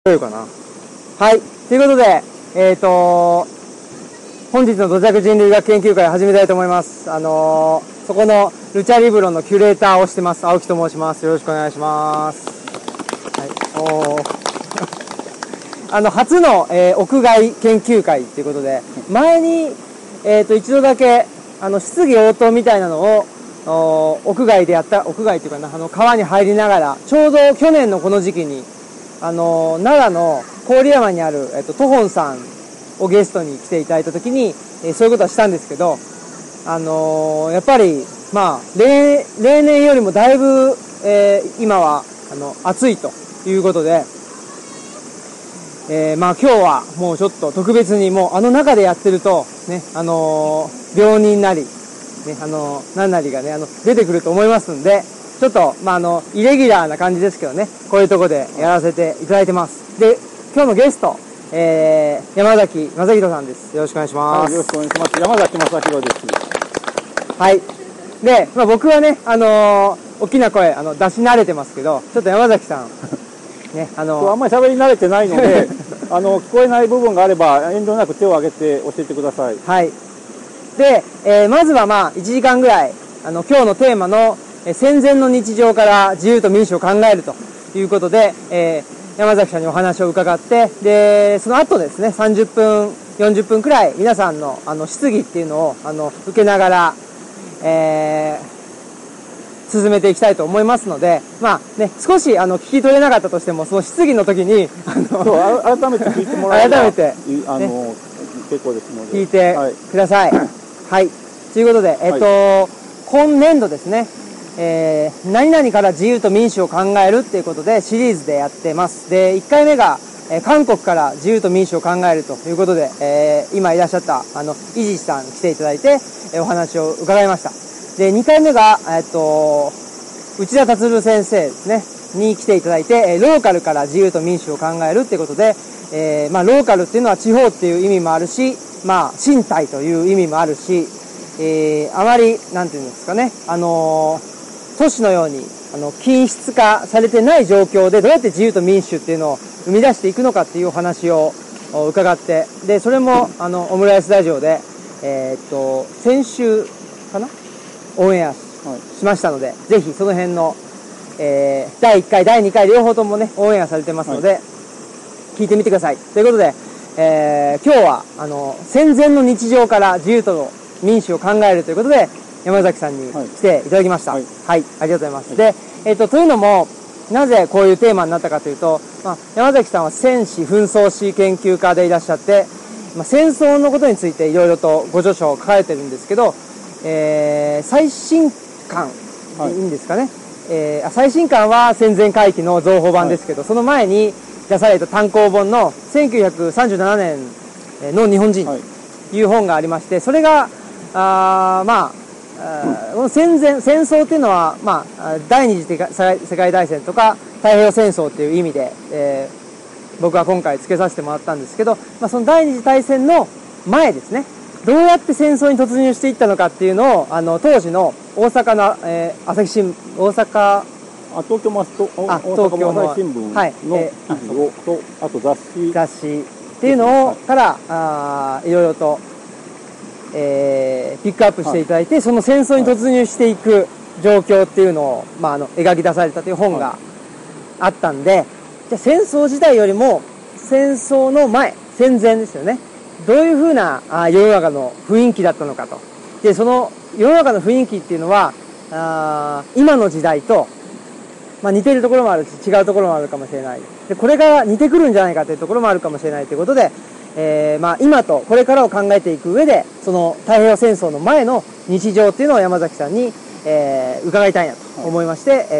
どういうかな。はい。ということで、本日の土着人類学研究会を始めたいと思います。そこのルチャリブロのキュレーターをしてます。青木と申します。よろしくお願いします。はい。初の、屋外研究会ということで、前に、一度だけ、質疑応答みたいなのを、屋外でやった、屋外というかな、川に入りながら、ちょうど去年のこの時期に、奈良の郡山にある、トホンさんをゲストに来ていただいたときに、そういうことはしたんですけど、やっぱり、まあ、例年よりもだいぶ、今は、暑いということで、まあ今日はもうちょっと特別にもう中でやってると、ね、病人なり、ね、何なりがね、出てくると思いますんで、ちょっと、まあイレギュラーな感じですけどね、こういうとこでやらせていただいてます。で、今日のゲスト、山崎正弘さんです。よろしくお願いします。 はい、よろしくお願いします。山崎正弘です。 はい。で、まあ僕はね、大きな声、出し慣れてますけど、ちょっと山崎さん、ね、 あんまり喋り慣れてないので、聞こえない部分があれば、遠慮なく手を挙げて教えてください。 はい。で、まずはまあ、1時間ぐらい、今日のテーマの、戦前の日常から自由と民主を考えるということで、山崎さんにお話を伺って、で、その後ですね、30分、40分くらい、皆さんの、質疑っていうのを、受けながら、進めていきたいと思いますので、まあね、少し聞き取れなかったとしても、その質疑の時に、 改めて聞いてもらえば、 改めて、 結構ですので。 聞いてください。はい。ということで、今年度ですね、何々から自由と民主を考えるっていうことでシリーズでやってます。で、1回目が、韓国から自由と民主を考えるということで、今いらっしゃった、イジさん来ていただいて、お話を伺いました。で、2回目が、内田達先生ですね、に来ていただいて、ローカルから自由と民主を考えるっていうことで、まあ、ローカルっていうのは地方っていう意味もあるし、まあ、身体という意味もあるし、あまり、なんていうんですかね、都市のように、均質化されてない状況でどうやって自由と民主っていうのを生み出していくのかっていうお話を伺って、で、それも、オムライスラジオで、先週かなオンエアしましたので、ぜひその辺の、第1回、第2回両方ともね、オンエアされてますので、聞いてみてください。ということで、今日は、戦前の日常から自由と民主を考えるということで、山崎さんに来ていただきました。はい、ありがとうございます。で、というのも、なぜこういうテーマになったかというと、まあ、山崎さんは戦史紛争史研究家でいらっしゃって、まあ、戦争のことについていろいろとご著書を書かれてるんですけど、最新刊、いいんですかね。最新刊は戦前回帰の増補版ですけど、その前に出された単行本の1937年の日本人という本がありまして、それが、まあ、この戦争っていうのは、まあ、第二次世界大戦とか太平洋戦争っていう意味で、僕は今回付けさせてもらったんですけど、まあ、その第二次大戦の前ですね、どうやって戦争に突入していったのかっていうのを、当時の大阪の、朝日新聞、東京の朝日新聞の記事を、あと雑誌っていうのをからいろいろと、ピックアップしていただいて、その戦争に突入していく状況っていうのを、まあ、描き出されたという本があったんで、じゃあ戦争自体よりも戦争の前、戦前ですよね。どういうふうな世の中の雰囲気だったのかと。で、その世の中の雰囲気っていうのは、今の時代と、まあ、似てるところもあるし、違うところもあるかもしれない。で、これが似てくるんじゃないかというところもあるかもしれないということで、まあ、今とこれからを考えていく上で、その太平洋戦争の前の日常っていうのを山崎さんに、伺いたいなと思いまして、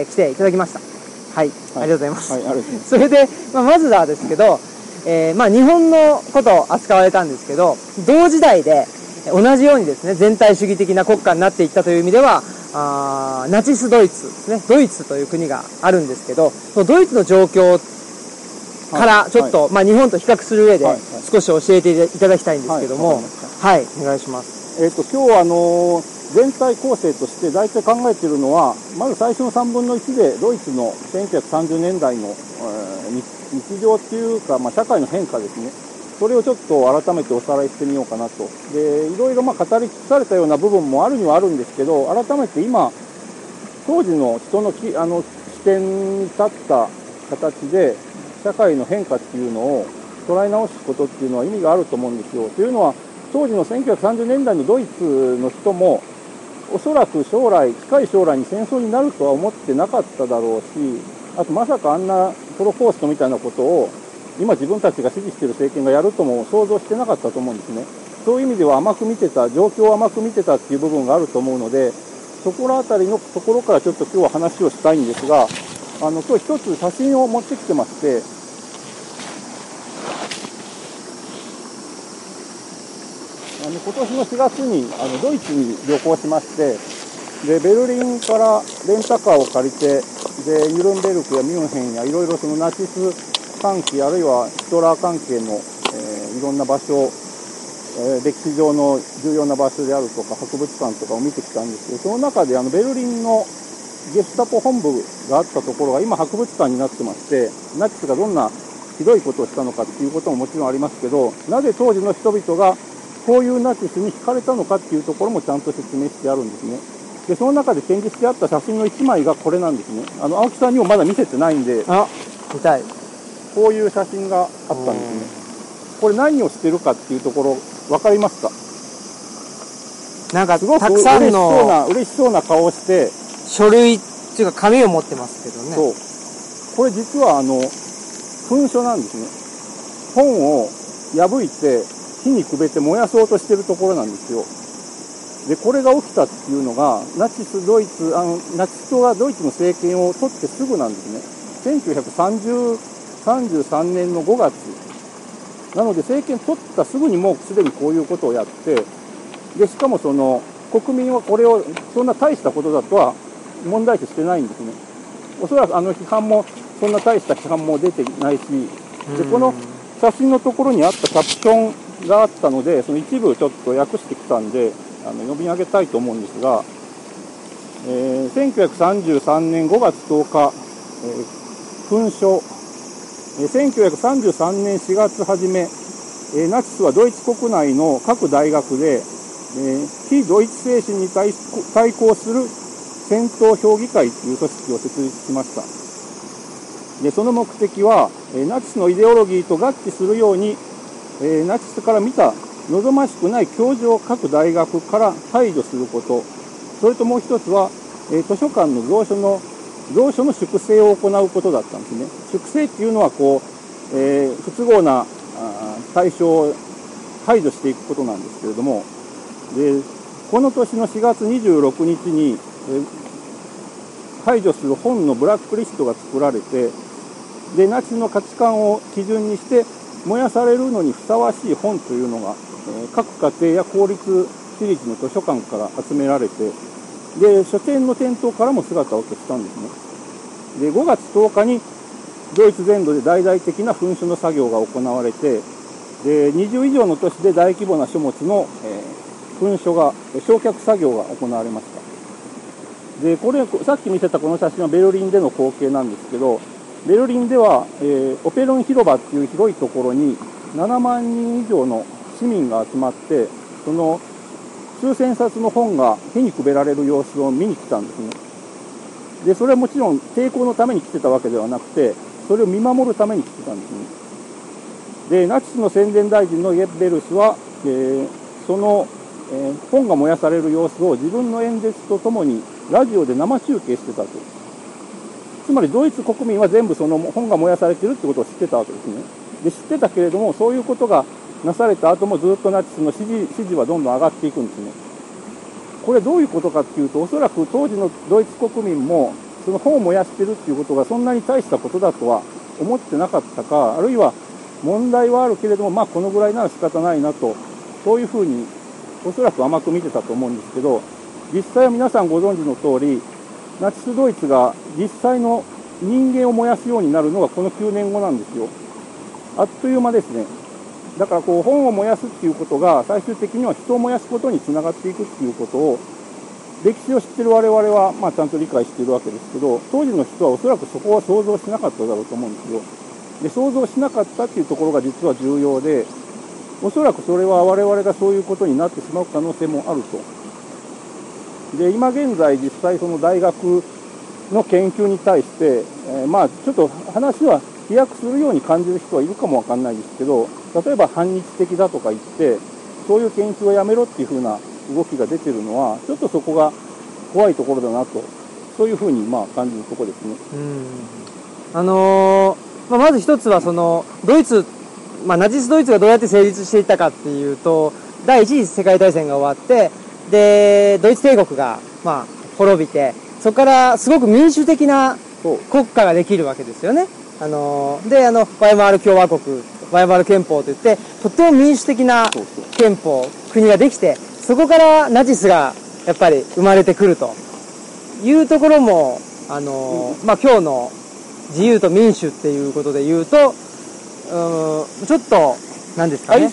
来ていただきました。はい。ありがとうございます。それで、まずはですけど、まあ、日本のことを扱われたんですけど、同時代で同じようにですね、全体主義的な国家になっていったという意味では、ナチスドイツですね、ドイツという国があるんですけど、そのドイツの状況からちょっと、まあ、日本と比較する上で少し教えていただきたいんですけども、はい、お願いします。 今日は全体構成として大体考えているのは、まず最初の3分の1でドイツの1930年代の、 日常っていうか、社会の変化ですね。それをちょっと改めておさらいしてみようかなと。で、いろいろ語り尽くされたような部分もあるにはあるんですけど、改めて今、当時の人の視点に立った形で、社会の変化っていうのを捉え直すことっていうのは意味があると思うんですよ。というのは、当時の1930年代のドイツの人も、おそらく近い将来に戦争になるとは思ってなかっただろうし、あとまさかあんなホロコーストみたいなことを今自分たちが支持している政権がやるとも想像してなかったと思うんですね。そういう意味では状況を甘く見てたっていう部分があると思うので、そこら辺りのところからちょっと今日は話をしたいんですが、今日一つ写真を持ってきてまして、今年の4月にドイツに旅行しまして、でベルリンからレンタカーを借りて、でニュルンベルクやミュンヘンやいろいろそのナチス関係あるいはヒトラー関係の、いろんな場所、歴史上の重要な場所であるとか博物館とかを見てきたんですけど、その中でベルリンのゲスタポ本部があったところが今博物館になってまして、ナチスがどんなひどいことをしたのかっていうことももちろんありますけど、なぜ当時の人々がこういうナチスに惹かれたのかっていうところもちゃんと説明してあるんですね。でその中で展示してあった写真の1枚がこれなんですね。青木さんにもまだ見せてないんで、 見たい。 こういう写真があったんですね。これ何をしてるかっていうところ分かりますか？ なんかすごくたくさんの嬉しそうな顔をして書類っていうか紙を持ってますけどね。 そう、これ実は焚書なんですね。本を破いて火にくべて燃やそうとしてるところなんですよ。でこれが起きたっていうのがナチス党がドイツの政権を取ってすぐなんですね。1933年の5月なので、政権取ったすぐにもうすでにこういうことをやって、でしかもその国民はこれをそんな大したことだとは問題視してないんですね。おそらく批判もそんな大した批判も出てないし、でこの写真のところにあったキャプションがあったので、その一部ちょっと訳してきたんで読み上げたいと思うんですが、1933年5月10日、焚書、1933年4月初め、ナチスはドイツ国内の各大学で、非ドイツ精神に対抗する戦闘評議会という組織を設立しました。でその目的は、ナチスのイデオロギーと合致するように、ナチスから見た望ましくない教授を各大学から排除すること、それともう一つは、図書館の蔵書の粛清を行うことだったんですね。粛清っていうのは不都合な対象を排除していくことなんですけれども、でこの年の4月26日に、排除する本のブラックリストが作られて、でナチスの価値観を基準にして燃やされるのにふさわしい本というのが、各家庭や公立私立の図書館から集められて、で書店の店頭からも姿を消したんですね。で5月10日にドイツ全土で大々的な焚書の作業が行われて、で20以上の都市で大規模な書物の、焚書が焼却作業が行われました。でこれさっき見せたこの写真はベルリンでの光景なんですけど、ベルリンでは、オペロン広場っていう広いところに7万人以上の市民が集まって、その数千冊の本が火にくべられる様子を見に来たんですね。でそれはもちろん抵抗のために来てたわけではなくて、それを見守るために来てたんですね。でナチスの宣伝大臣のゲッベルスは、その、本が燃やされる様子を自分の演説とともにラジオで生中継してたと。つまりドイツ国民は全部その本が燃やされているってことを知ってたわけですね。で知ってたけれども、そういうことがなされた後もずっとナチスの支持はどんどん上がっていくんですね。これどういうことかっていうと、おそらく当時のドイツ国民もその本を燃やしているっていうことがそんなに大したことだとは思ってなかったか、あるいは問題はあるけれども、このぐらいなら仕方ないなと、そういうふうにおそらく甘く見てたと思うんですけど、実際は皆さんご存知の通り、ナチスドイツが実際の人間を燃やすようになるのがこの9年後なんですよ。あっという間ですね。だから本を燃やすっていうことが最終的には人を燃やすことにつながっていくっていうことを、歴史を知ってる我々はちゃんと理解しているわけですけど、当時の人はおそらくそこは想像しなかっただろうと思うんですよ。 で想像しなかったっていうところが実は重要で、おそらくそれは我々がそういうことになってしまう可能性もあると。で今現在実際その大学の研究に対して、まあちょっと話は飛躍するように感じる人はいるかもわかんないですけど、例えば反日的だとか言ってそういう研究をやめろっていうふうな動きが出てるのは、ちょっとそこが怖いところだなと、そういうふうにまあ感じるところですね。 まず一つはそのドイツ、ナチスドイツがどうやって成立していったかっていうと、第一次世界大戦が終わって、でドイツ帝国が滅びて、そこからすごく民主的な国家ができるわけですよね。でワイマール共和国、ワイマール憲法といって、とっても民主的な憲法、国ができて、そこからナチスがやっぱり生まれてくるというところも、今日の自由と民主っていうことで言うと、ちょっと何ですかね、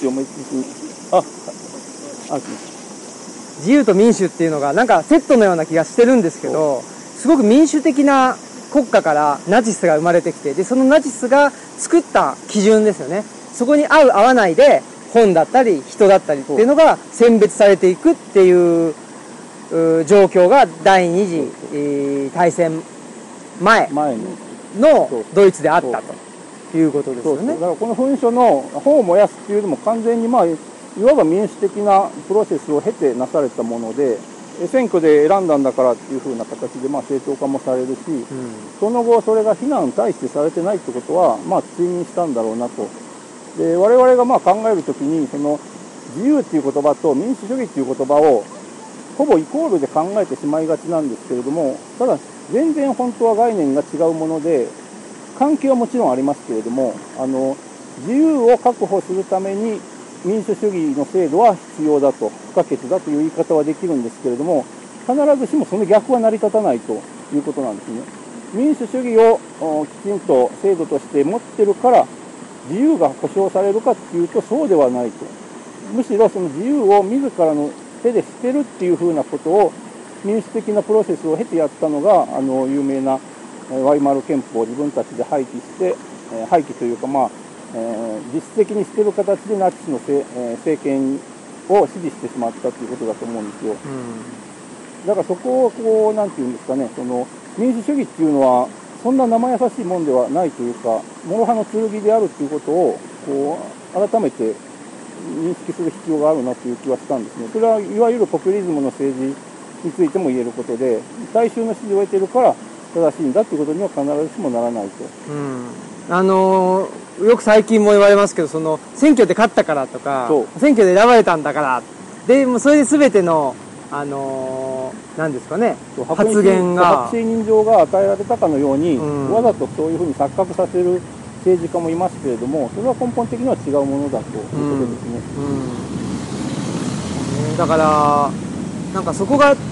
自由と民主っていうのがなんかセットのような気がしてるんですけど、すごく民主的な国家からナチスが生まれてきて、でそのナチスが作った基準ですよね、そこに合う合わないで本だったり人だったりっていうのが選別されていくっていう状況が第二次大戦前のドイツであったということですよね。 だからこの紛争の本を燃やすっていうのも完全にいわば民主的なプロセスを経てなされたもので、選挙で選んだんだからっていう風な形で正当化もされるし、その後それが非難に対してされてないってことは追認したんだろうなと。で我々が考えるときに、その自由っていう言葉と民主主義っていう言葉をほぼイコールで考えてしまいがちなんですけれども、ただ全然本当は概念が違うもので、関係はもちろんありますけれども、自由を確保するために民主主義の制度は必要だと、不可欠だという言い方はできるんですけれども、必ずしもその逆は成り立たないということなんですね。民主主義をきちんと制度として持ってるから自由が保障されるかっていうと、そうではないと。むしろその自由を自らの手で捨てるっていうふうなことを民主的なプロセスを経てやったのが有名なワイマール憲法を自分たちで廃棄して、廃棄というか実質的に捨てる形でナチスの政権を支持してしまったということだと思うんですよ。だからそこをなんていうんですかね、その民主主義っていうのはそんな生優しいもんではないというか、諸刃の剣であるということを改めて認識する必要があるなという気はしたんですね。それはいわゆるポピュリズムの政治についても言えることで、大衆の支持を得ているから正しいんだということには必ずしもならないと。 よく最近も言われますけど、その選挙で勝ったからとか、選挙で選ばれたんだからで、もうそれで全ての何ですかね、発言が白紙認情が与えられたかのように、わざとそういうふうに錯覚させる政治家もいますけれども、それは根本的には違うものだということですね。 だからなんかそこが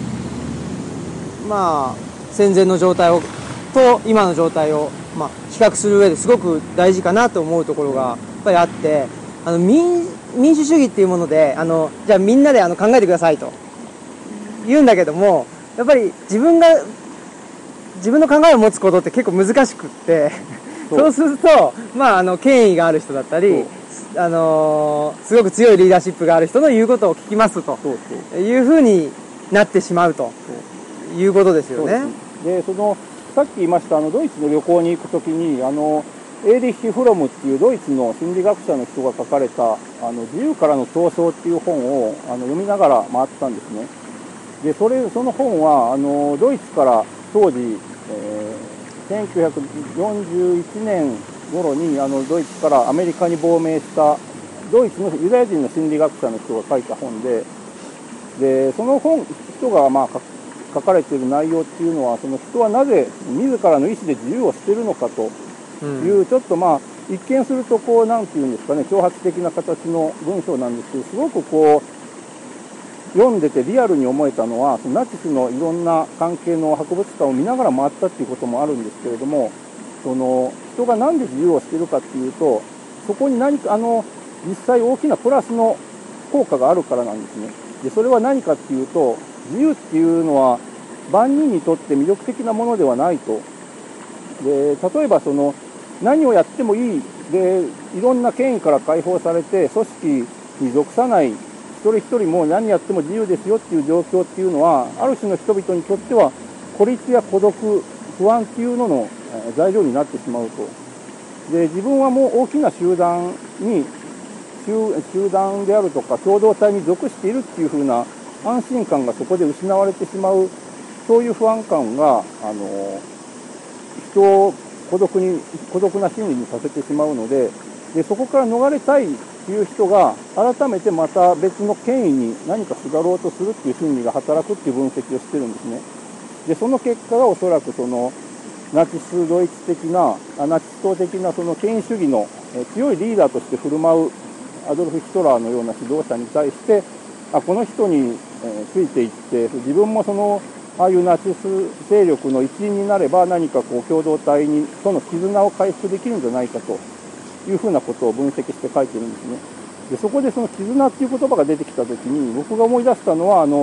戦前の状態と今の状態を比較する上ですごく大事かなと思うところがやっぱりあって、民主主義っていうものでじゃあみんなで考えてくださいと言うんだけども、やっぱり自分の考えを持つことって結構難しくってそうすると権威がある人だったりすごく強いリーダーシップがある人の言うことを聞きますというふうになってしまうということですよね。 でさっき言いましたドイツの旅行に行くときにエーリッヒ・フロムっていうドイツの心理学者の人が書かれた自由からの闘争っていう本を読みながら回ったんですね。でその本はドイツから当時、1941年頃にドイツからアメリカに亡命したドイツのユダヤ人の心理学者の人が書いた本で、その人が書かれている内容っていうのは、その人はなぜ自らの意思で自由を捨てるのかという、ちょっと一見するとなんていうんですかね、挑発的な形の文章なんですけど、すごく読んでてリアルに思えたのは、ナチスのいろんな関係の博物館を見ながら回ったっていうこともあるんですけれども、人がなんで自由を捨てるかっていうと、そこに何か実際大きなプラスの効果があるからなんですね。でそれは何かっていうと、自由っていうのは万人にとって魅力的なものではないと。で例えば何をやってもいいで、いろんな権威から解放されて組織に属さない一人一人も何やっても自由ですよっていう状況っていうのは、ある種の人々にとっては孤立や孤独、不安っていうのの材料になってしまうと。で、自分はもう大きな集団であるとか共同体に属しているっていう風な安心感がそこで失われてしまう、そういう不安感が人を孤独な心理にさせてしまうので、そこから逃れたいという人が改めてまた別の権威に何かすがろうとするっていう心理が働くっていう分析をしてるんですね。で、その結果がおそらくそのナチスドイツ的なナチス党的なその権威主義の強いリーダーとして振る舞うアドルフ・ヒトラーのような指導者に対して、この人についていって自分もああいうナチス勢力の一員になれば何かこう共同体との絆を回復できるんじゃないかというふうなことを分析して書いてるんですね。で、そこでその絆っていう言葉が出てきたときに僕が思い出したのは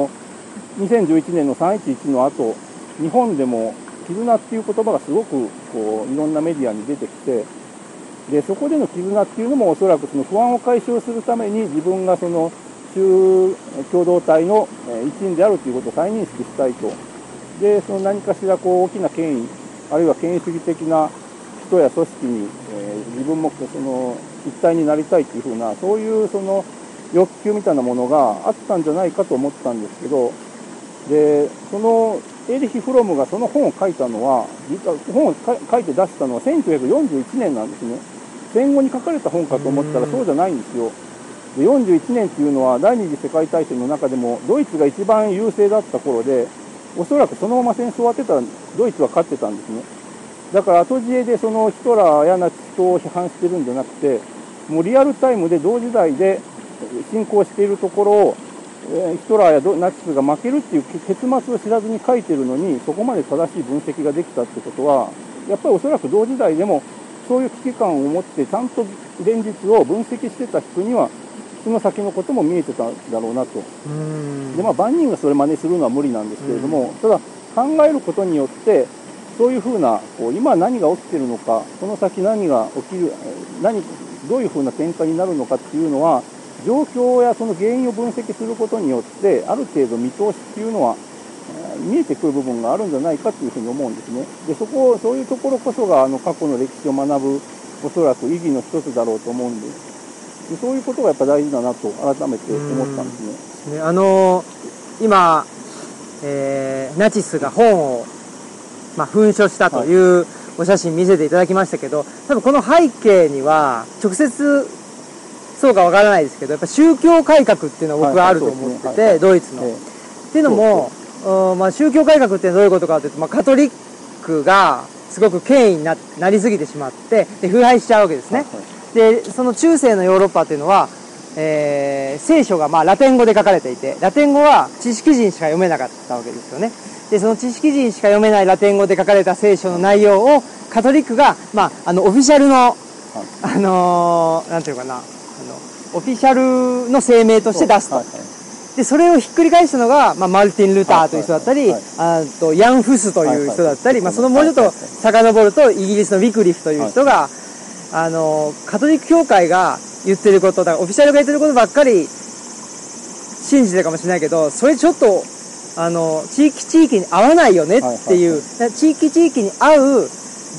2011年の311の後、日本でも絆っていう言葉がすごくこういろんなメディアに出てきて、でそこでの絆っていうのもおそらくその不安を解消するために自分がその共同体の一員であるということを再認識したいと。でその何かしらこう大きな権威あるいは権威主義的な人や組織に、自分もその一体になりたいというふうなそういうその欲求みたいなものがあったんじゃないかと思ったんですけど、でそのエーリヒ・フロムがその本を書いたのは実は本を書いて出したのは1941年なんですね。戦後に書かれた本かと思ったらそうじゃないんですよ。で41年っていうのは第二次世界大戦の中でもドイツが一番優勢だった頃で、おそらくそのまま戦争終わってたらドイツは勝ってたんですね。だから後知恵でそのヒトラーやナチス党を批判してるんじゃなくて、もうリアルタイムで同時代で進行しているところをヒトラーやナチスが負けるっていう結末を知らずに書いてるのに、そこまで正しい分析ができたってことは、やっぱりおそらく同時代でもそういう危機感を持ってちゃんと現実を分析してた人にはその先のことも見えてただろうなと。で万人がそれ真似するのは無理なんですけれども、ただ考えることによってそういうふうな今何が起きてるのか、この先何が起きる、どういうふうな展開になるのかっていうのは、状況やその原因を分析することによってある程度見通しっていうのは見えてくる部分があるんじゃないかというふうに思うんですね。でそういうところこそが過去の歴史を学ぶおそらく意義の一つだろうと思うんです。でそういうことがやっぱ大事だなと改めて思ったんですね。 今、ナチスが本を、噴書したというお写真見せていただきましたけど、多分この背景には直接そうかわからないですけど、やっぱ宗教改革っていうのは僕はあると思ってて、ドイツの。っていうのも、宗教改革ってどういうことかというと、カトリックがすごく権威になりすぎてしまって、で腐敗しちゃうわけですね。でその中世のヨーロッパっていうのは、聖書がラテン語で書かれていて、ラテン語は知識人しか読めなかったわけですよね。でその知識人しか読めないラテン語で書かれた聖書の内容をカトリックが、オフィシャルの、なんていうかな、オフィシャルの声明として出すと。でそれをひっくり返したのが、マルティン・ルターという人だったり、ヤン・フスという人だったり、そのもうちょっと遡るとイギリスのウィクリフという人が、カトリック教会が言ってること、だからオフィシャルが言ってることばっかり信じてるかもしれないけど、それちょっと地域に合わないよねっていう、地域に合う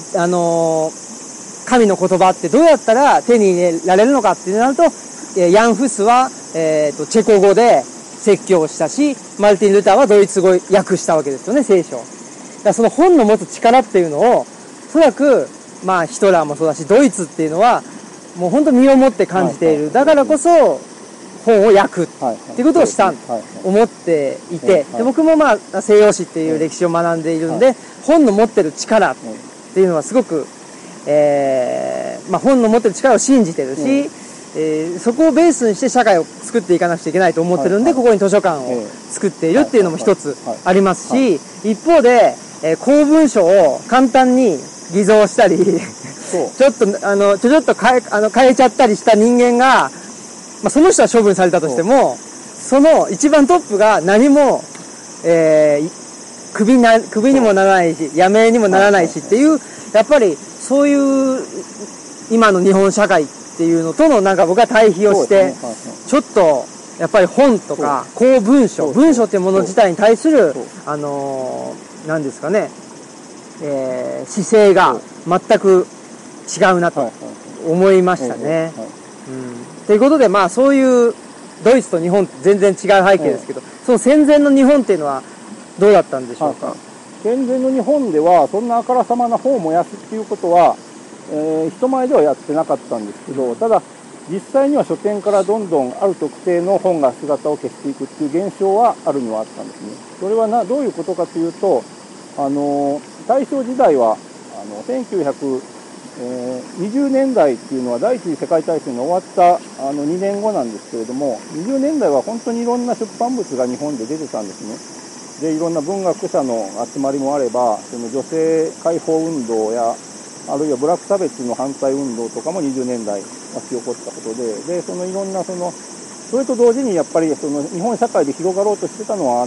神の言葉ってどうやったら手に入れられるのかってなると、ヤン・フスは、チェコ語で説教をしたし、マルティン・ルターはドイツ語訳したわけですよね、聖書。だからその本の持つ力っていうのを、おそらくヒトラーもそうだし、ドイツっていうのはもう本当に身をもって感じている。だからこそ本を訳っていうことをした思っていて、で僕も西洋史っていう歴史を学んでいるんで、本の持ってる力っていうのはすごく、本の持ってる力を信じてるし、そこをベースにして社会を作っていかなくちゃいけないと思ってるんで、ここに図書館を作っているっていうのも一つありますし、一方で、公文書を簡単に偽造したりちょっと変えちゃったりした人間が、その人は処分されたとしても、その一番トップが何も、クビにもならないし、辞めにもならないしっていう、やっぱりそういう今の日本社会っていうのとのなんか僕は対比をして、ちょっとやっぱり本とか公文書っていうもの自体に対する何ですかね、姿勢が全く違うなと思いましたね。ということで、まあそういうドイツと日本全然違う背景ですけど、その戦前の日本っていうのはどうだったんでしょうか。 戦前の日本ではそんなあからさまな本を燃やすっていうことは、人前ではやってなかったんですけど、ただ実際には書店からどんどんある特定の本が姿を消していくっていう現象はあるにはあったんですね。それはどういうことかというと、大正時代は1920年代っていうのは第一次世界大戦が終わった2年後なんですけれども、20年代は本当にいろんな出版物が日本で出てたんですね。で、いろんな文学者の集まりもあれば、その女性解放運動やあるいは部落差別の反対運動とかも20年代巻き起こったことで、そのいろんなそれと同時にやっぱりその日本社会で広がろうとしてたのは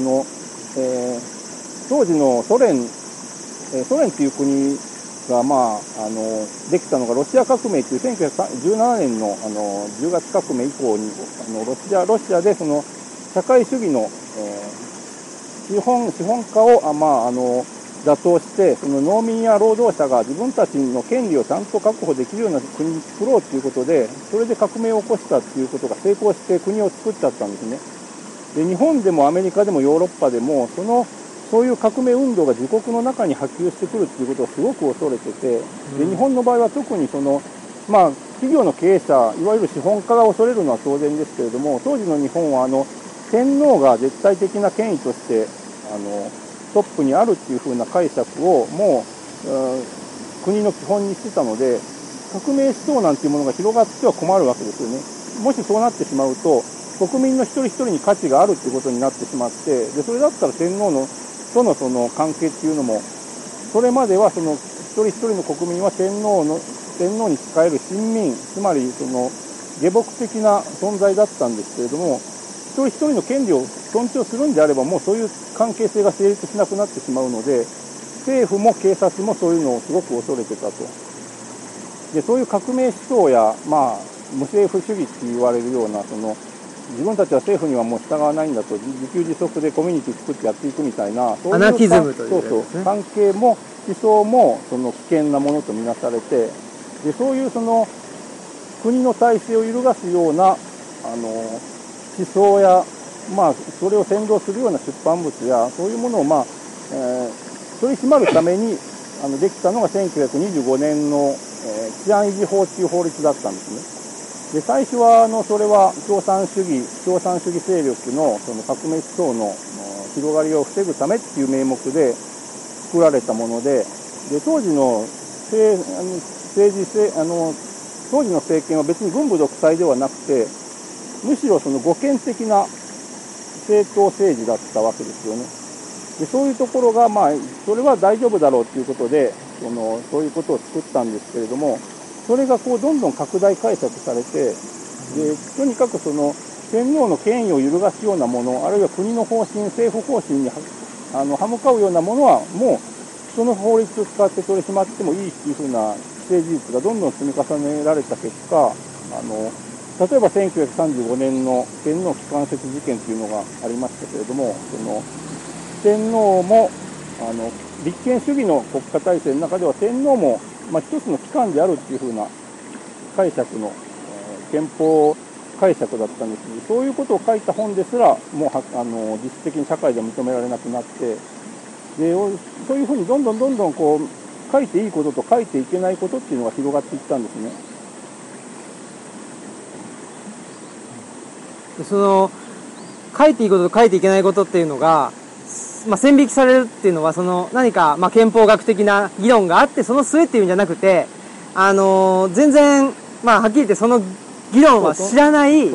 当時のソ連っていう国ができたのがロシア革命という1917年の10月革命以降にロシアでその社会主義の資本家を打倒して、その農民や労働者が自分たちの権利をちゃんと確保できるような国に作ろうということで、それで革命を起こしたということが成功して国を作っちゃったんですね。で、日本でもアメリカでもヨーロッパでもそういう革命運動が自国の中に波及してくるということをすごく恐れてて、で日本の場合は特に企業の経営者、いわゆる資本家が恐れるのは当然ですけれども、当時の日本は天皇が絶対的な権威としてトップにあるっていう風な解釈をもう国の基本にしてたので、革命思想なんていうものが広がっては困るわけですよね。もしそうなってしまうと、国民の一人一人に価値があるっていうことになってしまって、でそれだったら天皇とのその関係っていうのも、それまではその一人一人の国民は天皇に仕える臣民、つまりその下僕的な存在だったんですけれども、一人一人の権利を尊重するんであれば、もうそういう関係性が成立しなくなってしまうので、政府も警察もそういうのをすごく恐れてたと。で、そういう革命思想や、無政府主義って言われるような、自分たちは政府にはもう従わないんだと、自給自足でコミュニティ作ってやっていくみたいな、そういうアナキズムというですね。 関係も思想も危険なものとみなされて、でそういう国の体制を揺るがすような思想や、それを扇動するような出版物や、そういうものを、取り締まるためにできたのが1925年の、治安維持法という法律だったんですね。で、最初はそれは共産主義勢力の革命思想の広がりを防ぐためっていう名目で作られたもので、当時の当時の政権は別に軍部独裁ではなくて、むしろ護憲的な政党政治だったわけですよね。でそういうところが、それは大丈夫だろうということで、そういうことを作ったんですけれども、それがどんどん拡大解釈されて、でとにかく天皇の権威を揺るがすようなもの、あるいは国の方針、政府方針に歯向かうようなものは、もうその法律を使って取り締まってもいいっていうふうな既成事実がどんどん積み重ねられた結果、例えば1935年の天皇機関説事件というのがありましたけれども、天皇も立憲主義の国家体制の中では天皇も一つの機関であるっていうふうな解釈の憲法解釈だったんですけど、そういうことを書いた本ですらもう実質的に社会では認められなくなって、でそういうふうにどんどん書いていいことと書いていけないことっていうのが広がっていったんですね。 書いていいことと書いていけないことっていうのが、線引きされるっていうのは何か憲法学的な議論があってその末っていうんじゃなくて、全然はっきり言ってその議論は知らない右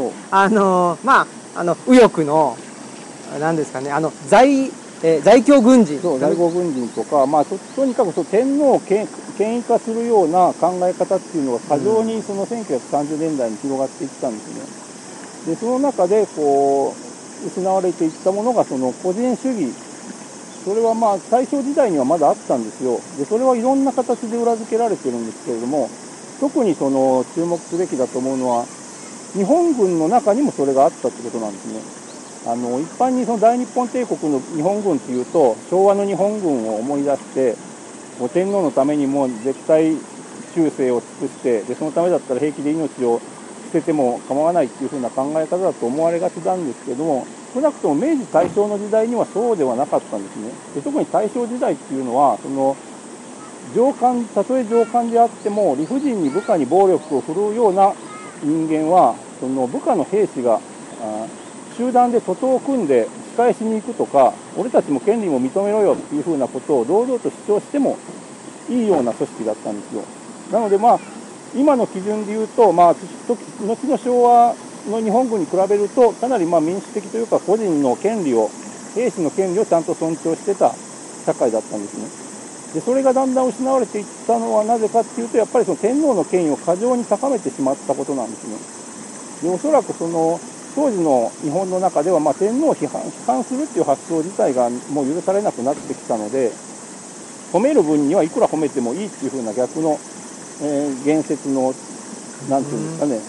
翼の何ですかね、在京軍人在郷軍人とか、とにかく天皇を権威化するような考え方っていうのが過剰に1930年代に広がっていったんですね。でその中で失われていったものが個人主義それはまあ大正時代にはまだあったんですよ。でそれはいろんな形で裏付けられてるんですけれども、特にその注目すべきだと思うのは、日本軍の中にもそれがあったってことなんですね。一般にその大日本帝国の日本軍っていうと、昭和の日本軍を思い出して、もう天皇のためにも絶対忠誠を尽くして、でそのためだったら平気で命を捨てても構わないっていうふうな考え方だと思われがちなんですけども、少なくとも明治大正の時代にはそうではなかったんですね。で特に大正時代っていうのは、その上官、たとえ上官であっても理不尽に部下に暴力を振るうような人間は、その部下の兵士が集団で徒党を組んで仕返しに行くとか、俺たちも権利も認めろよっていうふうなことを堂々と主張してもいいような組織だったんですよ。なのでまあ今の基準でいうと、まあ、後の昭和の日本軍に比べるとかなりまあ民主的というか、個人の権利を、兵士の権利をちゃんと尊重してた社会だったんですね。でそれがだんだん失われていったのはなぜかっていうと、やっぱりその天皇の権威を過剰に高めてしまったことなんですね。でおそらくその当時の日本の中では、まあ天皇を批判するっていう発想自体がもう許されなくなってきたので、褒める分にはいくら褒めてもいいっていうふうな逆の、言説のなんていうんですかね、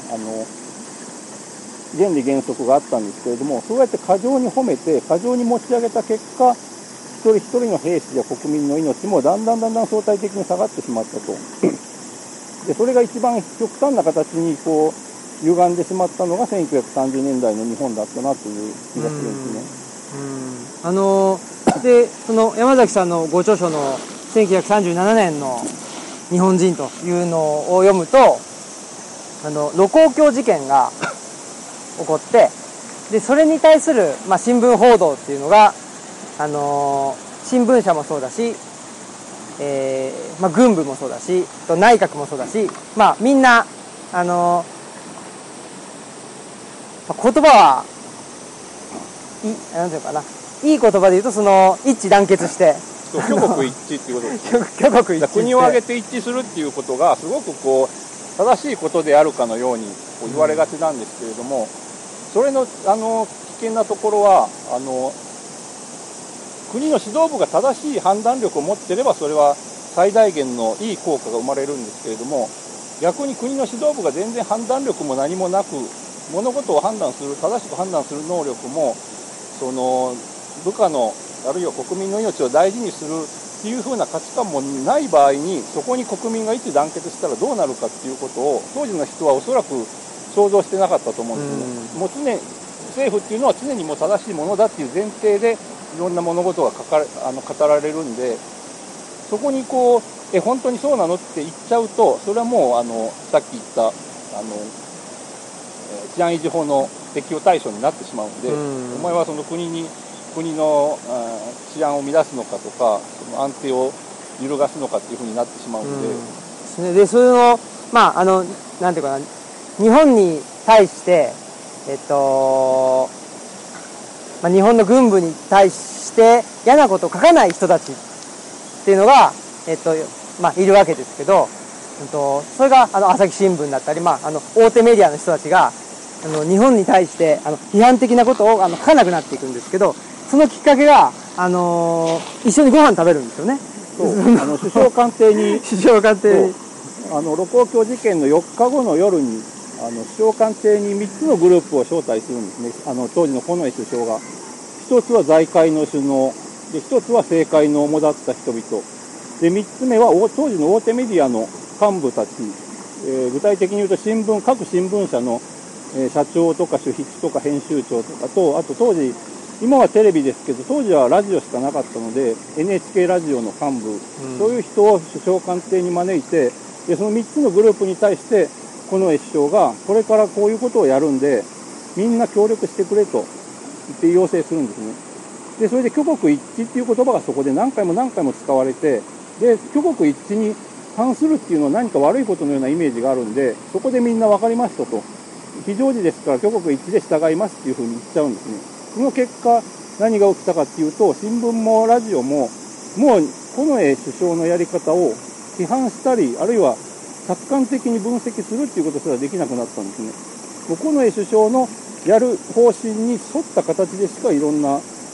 原理原則があったんですけれども、そうやって過剰に褒めて過剰に持ち上げた結果、一人一人の兵士や国民の命もだんだん相対的に下がってしまったと。でそれが一番極端な形にこう歪んでしまったのが1930年代の日本だったなという気がするんですね。 でその山崎さんのご著書の1937年の日本人というのを読むと、盧溝橋事件が起こって、でそれに対する、まあ、新聞報道っていうのが、新聞社もそうだし、まあ、軍部もそうだし、内閣もそうだし、まあ、みんな言葉はなんていうかな、いい言葉で言うとその一致団結して挙国一致っていうことですね。 挙国一致して国を挙げて一致するっていうことがすごくこう正しいことであるかのようにこう言われがちなんですけれども、それの危険なところは国の指導部が正しい判断力を持っていればそれは最大限のいい効果が生まれるんですけれども、逆に国の指導部が全然判断力も何もなく、物事を判断する、正しく判断する能力もその部下のあるいは国民の命を大事にするっていう風な価値観もない場合に、そこに国民が一致団結したらどうなるかっていうことを当時の人はおそらく想像してなかったと思うんですね。もう政府っていうのは常にもう正しいものだっていう前提でいろんな物事が語られるんで、そこにこう本当にそうなのって言っちゃうと、それはもうさっき言った治安維持法の適用対象になってしまうので、お前はその国の治安を乱すのかとか、その安定を揺るがすのかっていうふうになってしまうので、 でそれのまあなんていうかな、日本に対してまあ、日本の軍部に対して嫌なことを書かない人たちっていうのがまあいるわけですけど、それが朝日新聞だったり、まあ大手メディアの人たちが日本に対して批判的なことを書かなくなっていくんですけど、そのきっかけが一緒にご飯食べるんですよね。 首相官邸に首相官邸に盧溝橋事件の4日後の夜に首相官邸に3つのグループを招待するんですね。当時の近衛首相が。1つは財界の首脳で、1つは政界の主だった人々で、3つ目は当時の大手メディアの幹部たち、具体的に言うと各新聞社の社長とか主筆とか編集長とかと、あと当時今はテレビですけど当時はラジオしかなかったので NHK ラジオの幹部、そういう人を首相官邸に招いて、でその3つのグループに対して近衛首相がこれからこういうことをやるんでみんな協力してくれと言って要請するんですね。でそれで挙国一致っていう言葉がそこで何回も使われて、で挙国一致に反するっていうのは何か悪いことのようなイメージがあるんで、そこでみんな分かりましたと、非常時ですから挙国一致で従いますっていうふうに言っちゃうんですね。その結果何が起きたかっていうと、新聞もラジオももう近衛首相のやり方を批判したり、あるいは客観的に分析するっていうことすらできなくなったんですね。近衛首相のやる方針に沿った形でしかいろんな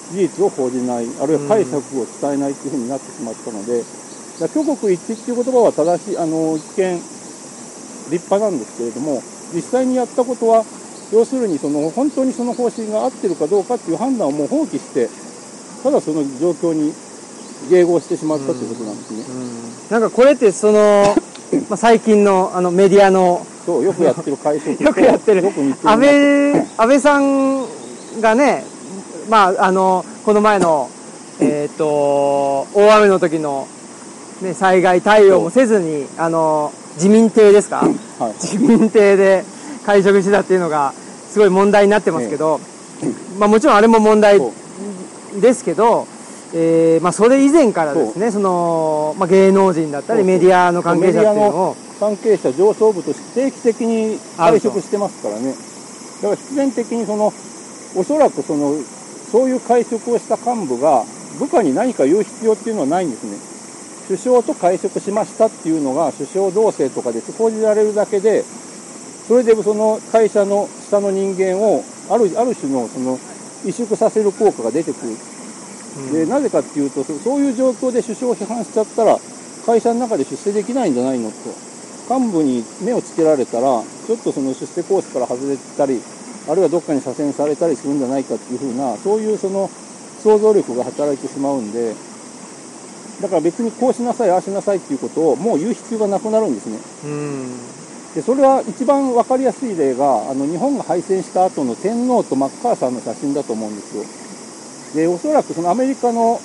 事実を報じない、あるいは解釈を伝えないというふうになってしまったので、挙国一致っていう言葉は正しい、一見立派なんですけれども、実際にやったことは、要するに本当にその方針が合ってるかどうかっていう判断をもう放棄して、ただその状況に迎合してしまったということなんですね。 なんかこれって最近のメディアのそうよくやってる会食とよくやってる安倍さんがね、この前の大雨の時のね、災害対応もせずに自民邸ですか、はい、自民邸で会食してたっていうのがすごい問題になってますけど、もちろんあれも問題ですけど、それ以前からですね、芸能人だったりメディアの関係者っていうのを関係者上層部として定期的に会食してますからね。だから必然的におそらくそういう会食をした幹部が部下に何か言う必要っていうのはないんですね。首相と会食しましたっていうのが首相同棲とかで報じられるだけで、それでその会社の下の人間をある種の萎縮させる効果が出てくる。でなぜかっていうと、そういう状況で首相を批判しちゃったら会社の中で出世できないんじゃないのと、幹部に目をつけられたらちょっと出世コースから外れたり、あるいはどっかに左遷されたりするんじゃないかっていうふうな、そういう想像力が働いてしまうんで、だから別にこうしなさいああしなさいっていうことをもう言う必要がなくなるんですね。でそれは一番分かりやすい例が日本が敗戦した後の天皇とマッカーサーの写真だと思うんですよ。でおそらくアメリカの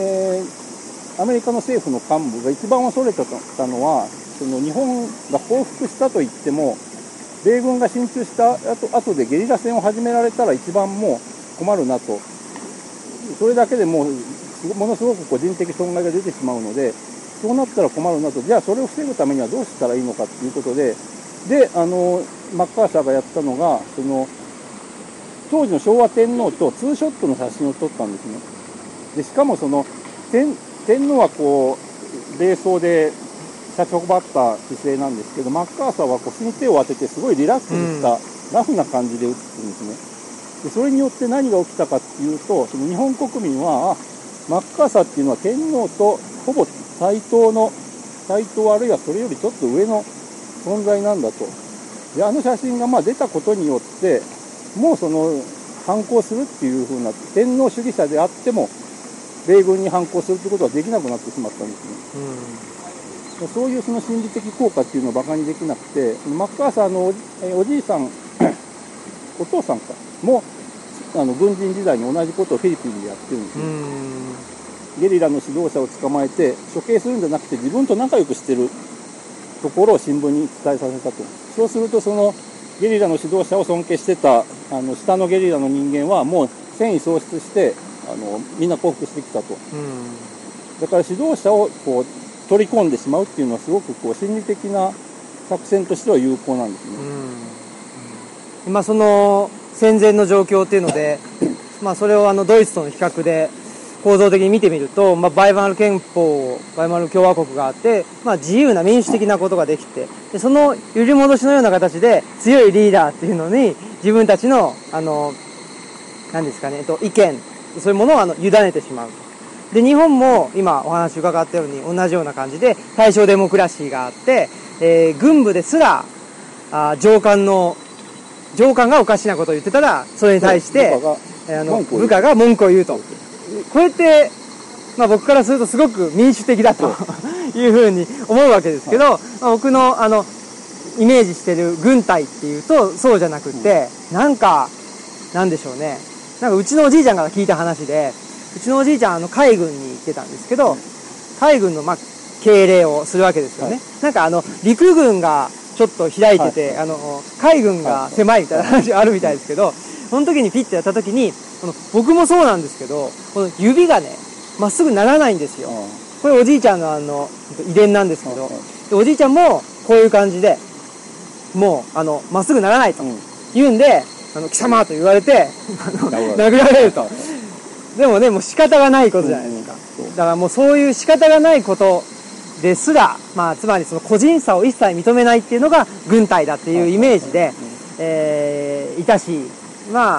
政府の幹部が一番恐れたのは、日本が報復したといっても米軍が進駐した後でゲリラ戦を始められたら一番もう困るなと、それだけでものすごく個人的損害が出てしまうので、そうなったら困るなと、じゃあそれを防ぐためにはどうしたらいいのかということで、マッカーサーがやったのが当時の昭和天皇とツーショットの写真を撮ったんですね。でしかも天皇は礼装でシャチホコばった姿勢なんですけど、マッカーサーは腰に手を当ててすごいリラックスしたラフな感じで写ってるんですね。でそれによって何が起きたかっていうと、日本国民はマッカーサーっていうのは天皇とほぼ対等あるいはそれよりちょっと上の存在なんだと。で写真が出たことによってもう反抗するっていう風な、天皇主義者であっても米軍に反抗するということはできなくなってしまったんですね。そういう心理的効果っていうのをバカにできなくて、マッカーサーのおじいさんお父さんかも軍人時代に同じことをフィリピンでやってるんですね。ゲリラの指導者を捕まえて処刑するんじゃなくて、自分と仲良くしてるところを新聞に伝えさせたと。そうするとゲリラの指導者を尊敬してた下のゲリラの人間はもう戦意喪失してみんな降伏してきたと。だから指導者を取り込んでしまうっていうのはすごく心理的な作戦としては有効なんですね。 今戦前の状況っていうのでそれをドイツとの比較で構造的に見てみると、バイマル憲法、バイマル共和国があって、自由な民主的なことができて、でその揺り戻しのような形で強いリーダーっていうのに自分たちの何ですかね、意見、そういうものを委ねてしまう。で日本も今お話伺ったように同じような感じで大正デモクラシーがあって、軍部ですら上官がおかしなことを言ってたらそれに対して部下が文句を言うと。これって、僕からするとすごく民主的だというふうに思うわけですけど、僕のイメージしてる軍隊っていうとそうじゃなくて、なんでしょうね、うちのおじいちゃんから聞いた話で、うちのおじいちゃん海軍に行ってたんですけど、海軍の敬礼をするわけですよね。陸軍がちょっと開いてて、海軍が狭いみたいな話があるみたいですけど、その時にピッてやった時に僕もそうなんですけど、この指がねまっすぐならないんですよ。これおじいちゃんの遺伝なんですけど、でおじいちゃんもこういう感じでもうまっすぐならないと言うんで、貴様と言われて殴られると。でもね、もう仕方がないことじゃないですか。だからもうそういう仕方がないことですら、つまり個人差を一切認めないっていうのが軍隊だっていうイメージで、いたし、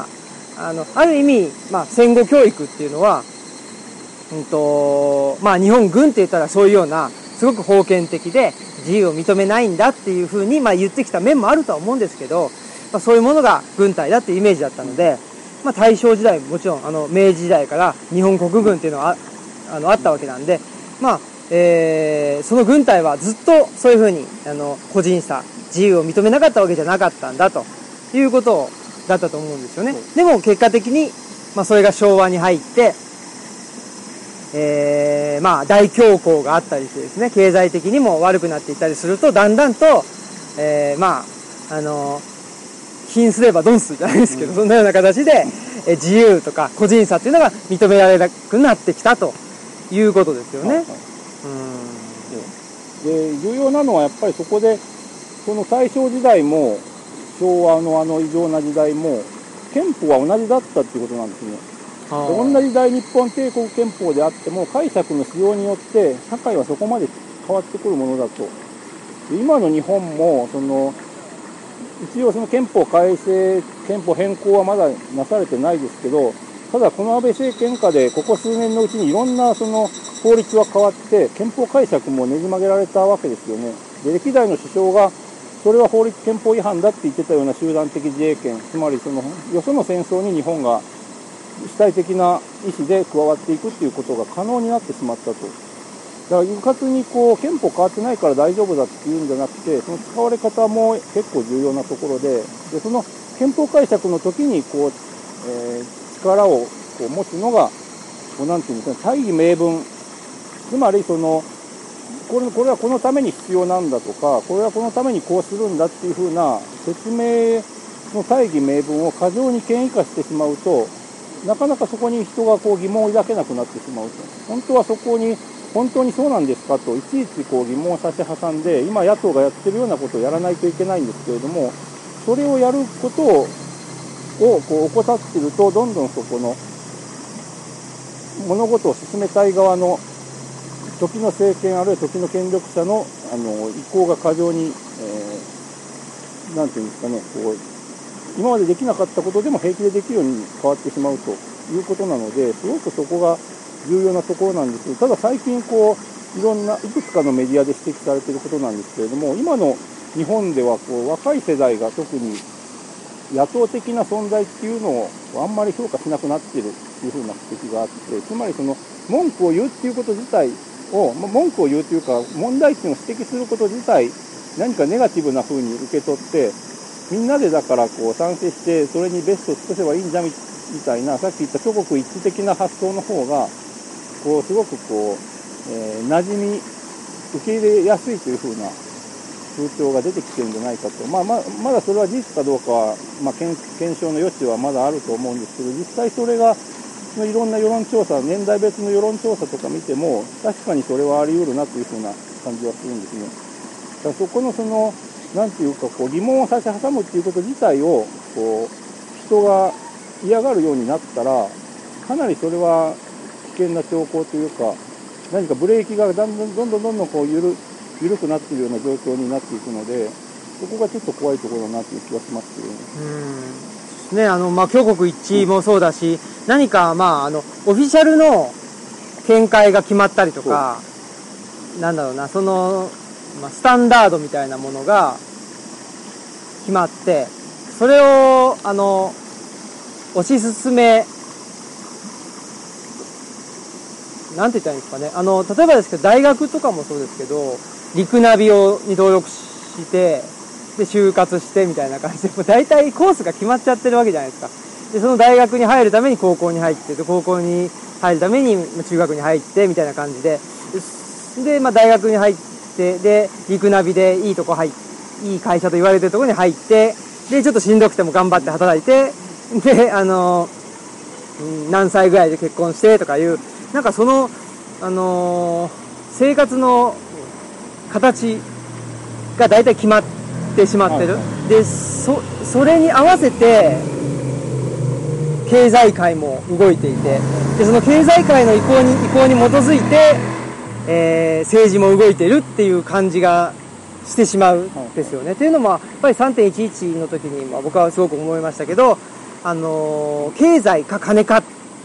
ある意味、戦後教育っていうのは、日本軍って言ったらそういうような、すごく封建的で自由を認めないんだっていうふうに、言ってきた面もあるとは思うんですけど、そういうものが軍隊だっていうイメージだったので、大正時代もちろん、明治時代から日本国軍っていうのはあったわけなんで、その軍隊はずっとそういうふうに、個人差、自由を認めなかったわけじゃなかったんだということだったと思うんですよね。でも結果的に、それが昭和に入って、大恐慌があったりしてですね、経済的にも悪くなっていったりすると、だんだんと、貧すればドンすじゃないですけど、そんなような形で、自由とか個人差っていうのが認められなくなってきたということですよね。 で、重要なのはやっぱりそこで、その大正時代も、昭和の異常な時代も、憲法は同じだったっていうことなんですね。同じ大日本帝国憲法であっても、解釈の使用によって、社会はそこまで変わってくるものだと。今の日本も、一応その憲法改正、憲法変更はまだなされてないですけど、ただこの安倍政権下で、ここ数年のうちにいろんな法律は変わって、憲法解釈もねじ曲げられたわけですよね。で、歴代の首相が、それは憲法違反だって言ってたような集団的自衛権、つまりよその戦争に日本が主体的な意思で加わっていくっていうことが可能になってしまったと。だから、うかつに憲法変わってないから大丈夫だっていうんじゃなくて、その使われ方も結構重要なところで、その憲法解釈の時に力を持つのが、なんていうんですか、大義名分、つまりこれはこのために必要なんだとか、これはこのためにこうするんだっていうふうな説明の大義名分を過剰に権威化してしまうと、なかなかそこに人が疑問を抱けなくなってしまうと。本当はそこに、本当にそうなんですかと、いちいち疑問を差し挟んで、今野党がやってるようなことをやらないといけないんですけれども、それをやることを怠っていると、どんどんそこの物事を進めたい側の時の政権あるいは時の権力者の意向が過剰に、なんていうんですかね、今までできなかったことでも平気でできるように変わってしまうということなので、すごくそこが重要なところなんです。ただ最近いろんないくつかのメディアで指摘されていることなんですけれども、今の日本では若い世代が特に野党的な存在っていうのをあんまり評価しなくなっているというふうな指摘があって、つまり文句を言うっていうこと自体を、文句を言うというか問題点を指摘すること自体何かネガティブなふうに受け取って、みんなでだから賛成してそれにベストを尽くせばいいんじゃみたいな、さっき言った挙国一致的な発想の方がすごく馴染み受け入れやすいというふうな風潮が出てきてるんじゃないかと。まだそれは事実かどうかは、検証の余地はまだあると思うんですけど、実際それがいろんな世論調査、年代別の世論調査とか見ても確かにそれはあり得るなというふうな感じはするんですね。だからそこのなんていうか疑問を差し挟むっていうこと自体を人が嫌がるようになったら、かなりそれは危険な兆候というか、何かブレーキがどんどん緩くなっているような状況になっていくので、そこがちょっと怖いところだなという気がしますけどね。 挙国一致もそうだし、何かオフィシャルの見解が決まったりとか、なんだろうな、スタンダードみたいなものが決まって、それを推し進め、なんて言ったらいいんですかね、例えばですけど、大学とかもそうですけど、陸ナビに登録してで就活してみたいな感じで、もう大体コースが決まっちゃってるわけじゃないですか。でその大学に入るために高校に入って、で高校に入るために中学に入ってみたいな感じで、大学に入って、で陸ナビでいいい会社と言われてるところに入って、でちょっとしんどくても頑張って働いて、で何歳ぐらいで結婚してとかいう、なんか生活の形が大体決まってしまってる。でそれに合わせて経済界も動いていて、でその経済界の意向に基づいて、政治も動いているっていう感じがしてしまうんですよね。というのもやっぱり 3.11 の時に、僕はすごく思いましたけど、 経済か金か、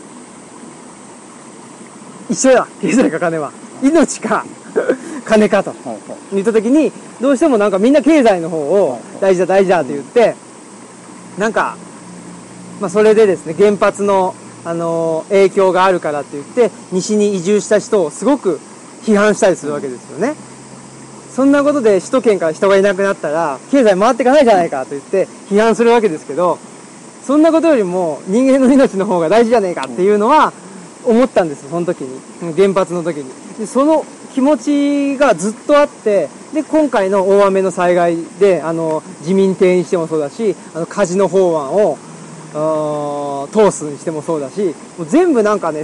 一緒だ、経済か金は。命か金かと言った時に、どうしてもなんかみんな経済の方を大事だ大事だと言って、なんか、まあそれでですね、原発の影響があるからって言って西に移住した人をすごく批判したりするわけですよね。そんなことで首都圏から人がいなくなったら経済回っていかないじゃないかと言って批判するわけですけど、そんなことよりも人間の命の方が大事じゃねえかっていうのは思ったんですよ、その時に、原発の時に。でその気持ちがずっとあって、で今回の大雨の災害で自民邸にしてもそうだし、カジノ法案を通すにしてもそうだし、もう全部なんかね、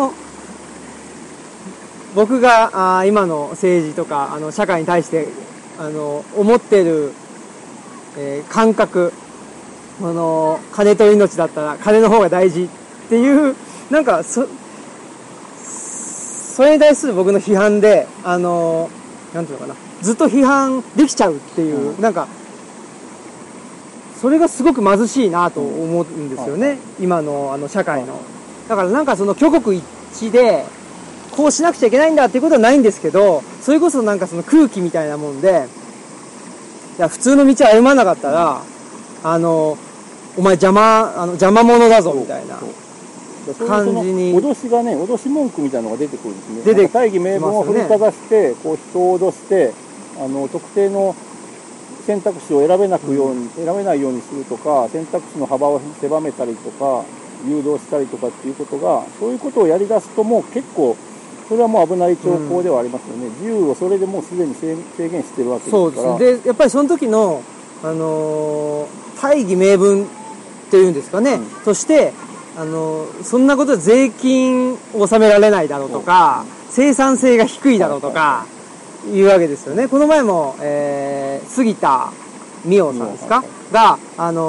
僕が今の政治とか社会に対して思ってる、感覚、金と命だったら金の方が大事っていう、なんかそれに対する僕の批判でなんていうのかな、ずっと批判できちゃうっていう、なんかそれがすごく貧しいなと思うんですよね、今の社会の。だからなんかその挙国一致でこうしなくちゃいけないんだっていうことはないんですけど、それこそなんかその空気みたいなもんで、いや普通の道を歩まなかったらお前邪魔者だぞみたいな感じに、 脅しがね、脅し文句みたいなのが出てくるんですね。大義名分を振りかざして、こう人を脅して特定の選択肢を選べないようにするとか、選択肢の幅を狭めたりとか誘導したりとかっていうことが、そういうことをやり出すともう結構それはもう危ない兆候ではありますよね、自由をそれでもうすでに制限してるわけですから。 そうですね。でやっぱりその時の、大義名分っていうんですかね、としてそんなことで税金を納められないだろうとか、生産性が低いだろうとかいうわけですよね。この前も、杉田水脈さんですか、が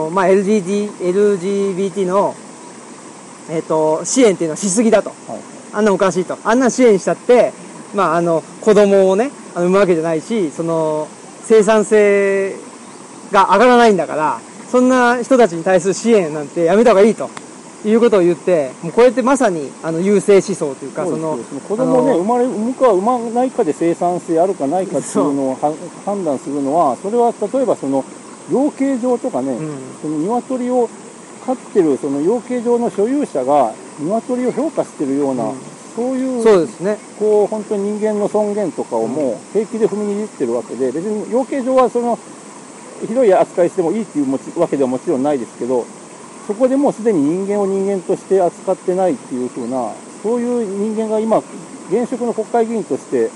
LGBT の、支援っていうのはしすぎだと、あんなおかしいと、あんな支援したって子供をね産むわけじゃないし、その生産性が上がらないんだから、そんな人たちに対する支援なんてやめた方がいいということを言って、もうこれってまさに優生思想というか、 子供をね、産むか産まないかで生産性あるかないかっていうのを判断するのは、それは例えばその養鶏場とかね、その鶏を飼ってるその養鶏場の所有者が鶏を評価してるような、そうですね、こう本当に人間の尊厳とかをもう平気で踏みにじってるわけで、別に養鶏場はそのひどい扱いしてもいいっていうわけではもちろんないですけど、そこでもうすでに人間を人間として扱ってないっていう風な、そういう人間が今現職の国会議員として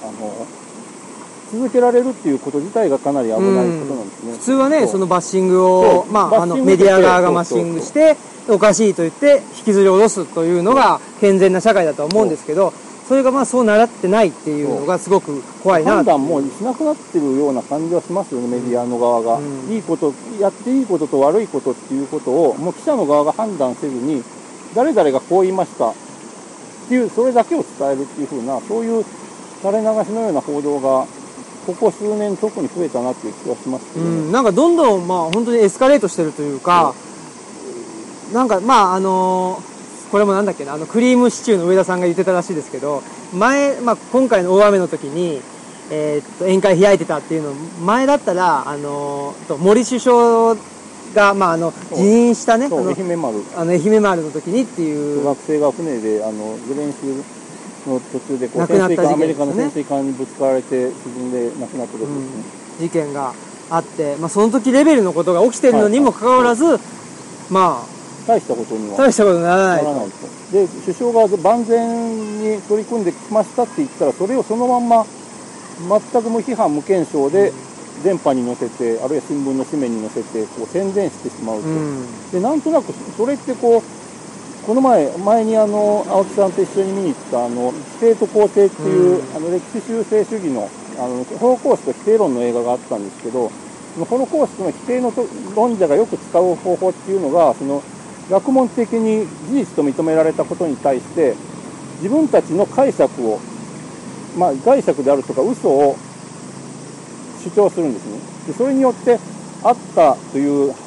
続けられるっていうこと自体がかなり危ないことなんですね。 普通はね、そのバッシングをメディア側がバッシングしておかしいと言って引きずり下ろすというのが健全な社会だと思うんですけど、それがそう習ってないっていうのがすごく怖いな。 判断もしなくなってるような感じはしますよね、メディアの側が。いいことやっていいことと悪いことっていうことをもう記者の側が判断せずに、誰々がこう言いましたっていう、それだけを伝えるっていう風な、そういう垂れ流しのような報道がここ数年特に増えたなっていう気がしますけど、 なんかどんどん本当にエスカレートしてるというか、なんかこれもなんだっけな、クリームシチューの上田さんが言ってたらしいですけど、今回の大雨の時に、宴会開いてたっていうの、前だったら森首相が辞任したね、愛媛丸の時にっていう、 学生が船で練習の途中でアメリカの潜水艦にぶつかられて沈んで亡くなった時ですね、 事件があって、その時レベルのことが起きてるのにもかかわらず、 大したことにならないと。 で、首相が万全に取り組んできましたって言ったら、それをそのまんま全く無批判無検証で電波に載せて、あるいは新聞の紙面に載せてこう宣伝してしまうと、でなんとなくそれってこの前に青木さんと一緒に見に行った否定と肯定っていう、歴史修正主義のホロコースト否定論の映画があったんですけど、ホロコーストの否定の論者がよく使う方法っていうのが、学問的に事実と認められたことに対して自分たちの解釈を、解釈であるとか嘘を主張するんですね。でそれによってあったという派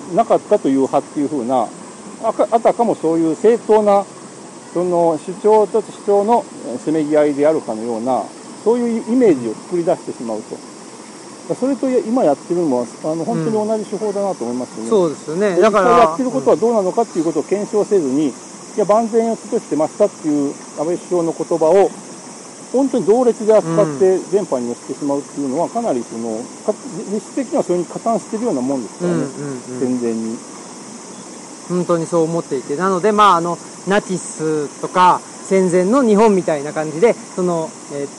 なかったという派っていうふうな、あたかもそういう正当なその主張と主張のせめぎ合いであるかのような、そういうイメージを作り出してしまうと。それと今やってるのは本当に同じ手法だなと思いますよね。 そうですよね。だからやってることはどうなのかっていうことを検証せずに、いや万全を尽くしてましたっていう安倍首相の言葉を本当に同列で扱って全般に寄せてしまうっていうのは、かなり実質的にはそれに加担しているようなもんですからね、宣伝に。 本当にそう思っていて、なので、ナチスとか戦前の日本みたいな感じで、その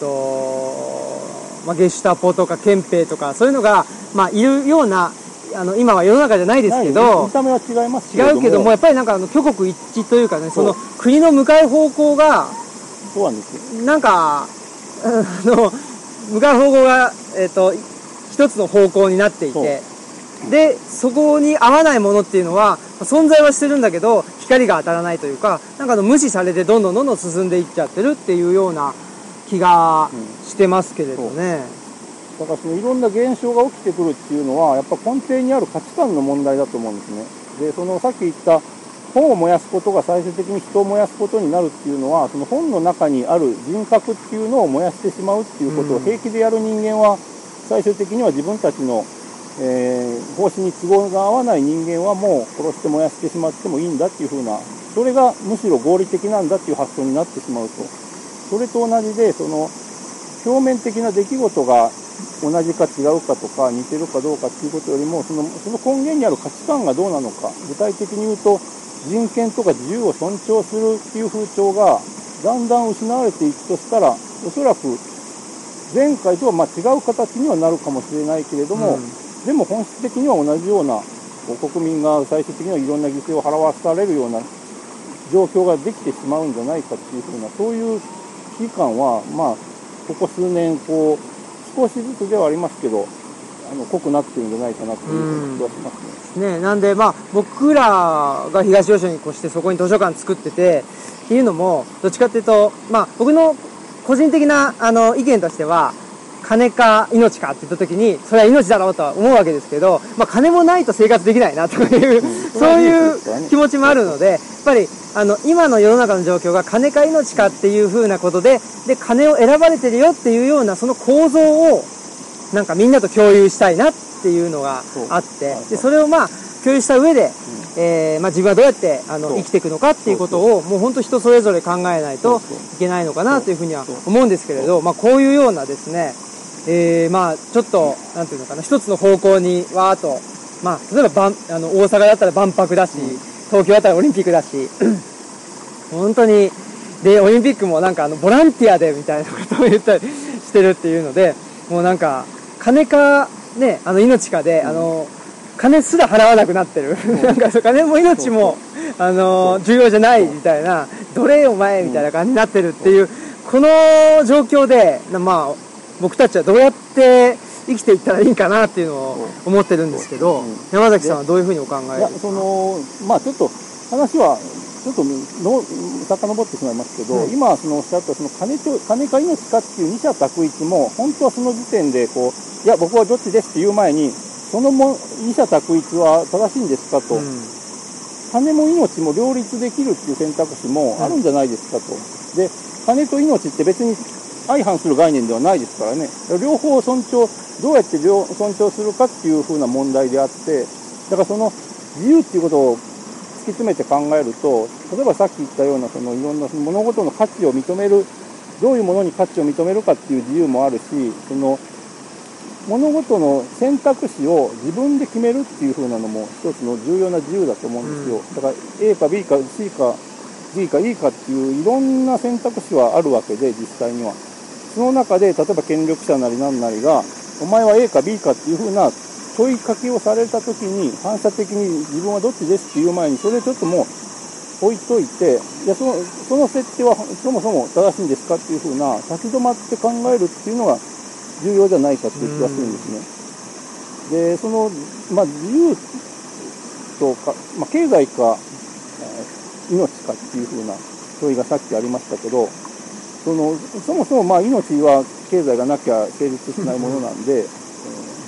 ゲシュタポとか憲兵とかそういうのが、いるような今は世の中じゃないですけど、 見た目は違いますけども、違うけどもやっぱりなんか挙国一致というかね、その国の向かう方向がそうなんですよ。 なんか向かう方向が一つの方向になっていて、でそこに合わないものっていうのは存在はしてるんだけど光が当たらないというか、なんか無視されてどんどん進んでいっちゃってるっていうような気がしてますけれどね。 だからそのいろんな現象が起きてくるっていうのはやっぱ根底にある価値観の問題だと思うんですね。でそのさっき言った本を燃やすことが最終的に人を燃やすことになるっていうのは、その本の中にある人格っていうのを燃やしてしまうっていうことを平気でやる人間は最終的には自分たちの方針に都合が合わない人間はもう殺して燃やしてしまってもいいんだっていうふうな、それがむしろ合理的なんだっていう発想になってしまうと、それと同じでその表面的な出来事が同じか違うかとか似てるかどうかっていうことよりも、その根源にある価値観がどうなのか、具体的に言うと人権とか自由を尊重するっていう風潮がだんだん失われていくとしたら、おそらく前回とは違う形にはなるかもしれないけれども、でも本質的には同じような国民が最終的にはいろんな犠牲を払わされるような状況ができてしまうんじゃないかっていうふうな、そういう危機感はここ数年少しずつではありますけど濃くなってるんじゃないかなという気がしますね。 なんで僕らが東吉野に越してそこに図書館作っててっていうのもどっちかっていうと僕の個人的な意見としては、金か命かって言った時にそれは命だろうとは思うわけですけど、金もないと生活できないなという、そういう気持ちもあるので、やっぱり今の世の中の状況が金か命かっていう風なことで金を選ばれてるよっていうようなその構造をなんかみんなと共有したいなっていうのがあって、でそれを共有した上で、自分はどうやって生きていくのかっていうことをもう本当人それぞれ考えないといけないのかなというふうには思うんですけれど、こういうようなですね、ちょっとなんていうのかな、一つの方向にわーっと、例えば大阪だったら万博だし、東京だったらオリンピックだし本当にでオリンピックもなんかボランティアでみたいなことを言ったりしてるっていうので、もうなんか金かね命かで金すら払わなくなってるなんか金も命も重要じゃないみたいな、奴隷お前みたいな感じになってるっていうこの状況で僕たちはどうやって生きていったらいいかなっていうのを思ってるんですけど、山崎さんはどういうふうにお考えですか？ ちょっと話はちょっと遡ってしまいますけど、今おっしゃったその金か命かっていう二者択一も本当はその時点でいや僕はどっちですっていう前にその二者択一は正しいんですかと、金も命も両立できるっていう選択肢もあるんじゃないですかと。で金と命って別に相反する概念ではないですからね。両方どうやって尊重するかっていう風な問題であって、だからその自由っていうことを突き詰めて考えると、例えばさっき言ったようないろんな物事の価値を認める、どういうものに価値を認めるかっていう自由もあるし、物事の選択肢を自分で決めるっていう風なのも一つの重要な自由だと思うんですよ。だから A か B か C か D か E かっていういろんな選択肢はあるわけで、実際にはその中で例えば権力者なり何なりがお前は A か B かっていう風な問いかけをされた時に反射的に自分はどっちですっていう前にそれちょっともう置いといて、いやその設定はそもそも正しいんですかっていう風な立ち止まって考えるっていうのが重要じゃないかっていう気がするんですね。で自由とか、経済か命かっていう風な問いがさっきありましたけど、そもそも命は経済がなきゃ成立しないものなんで、